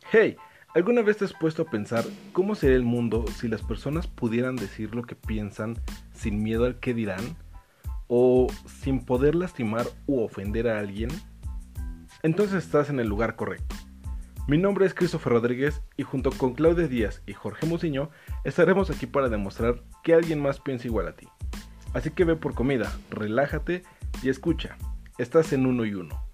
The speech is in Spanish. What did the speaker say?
Hey, ¿alguna vez te has puesto a pensar cómo sería el mundo si las personas pudieran decir lo que piensan sin miedo al que dirán? ¿O sin poder lastimar u ofender a alguien? Entonces estás en el lugar correcto. Mi nombre es Christopher Rodríguez y junto con Claudia Díaz y Jorge Musiño estaremos aquí para demostrar que alguien más piensa igual a ti. Así que ve por comida, relájate y escucha. Estás en Uno y Uno.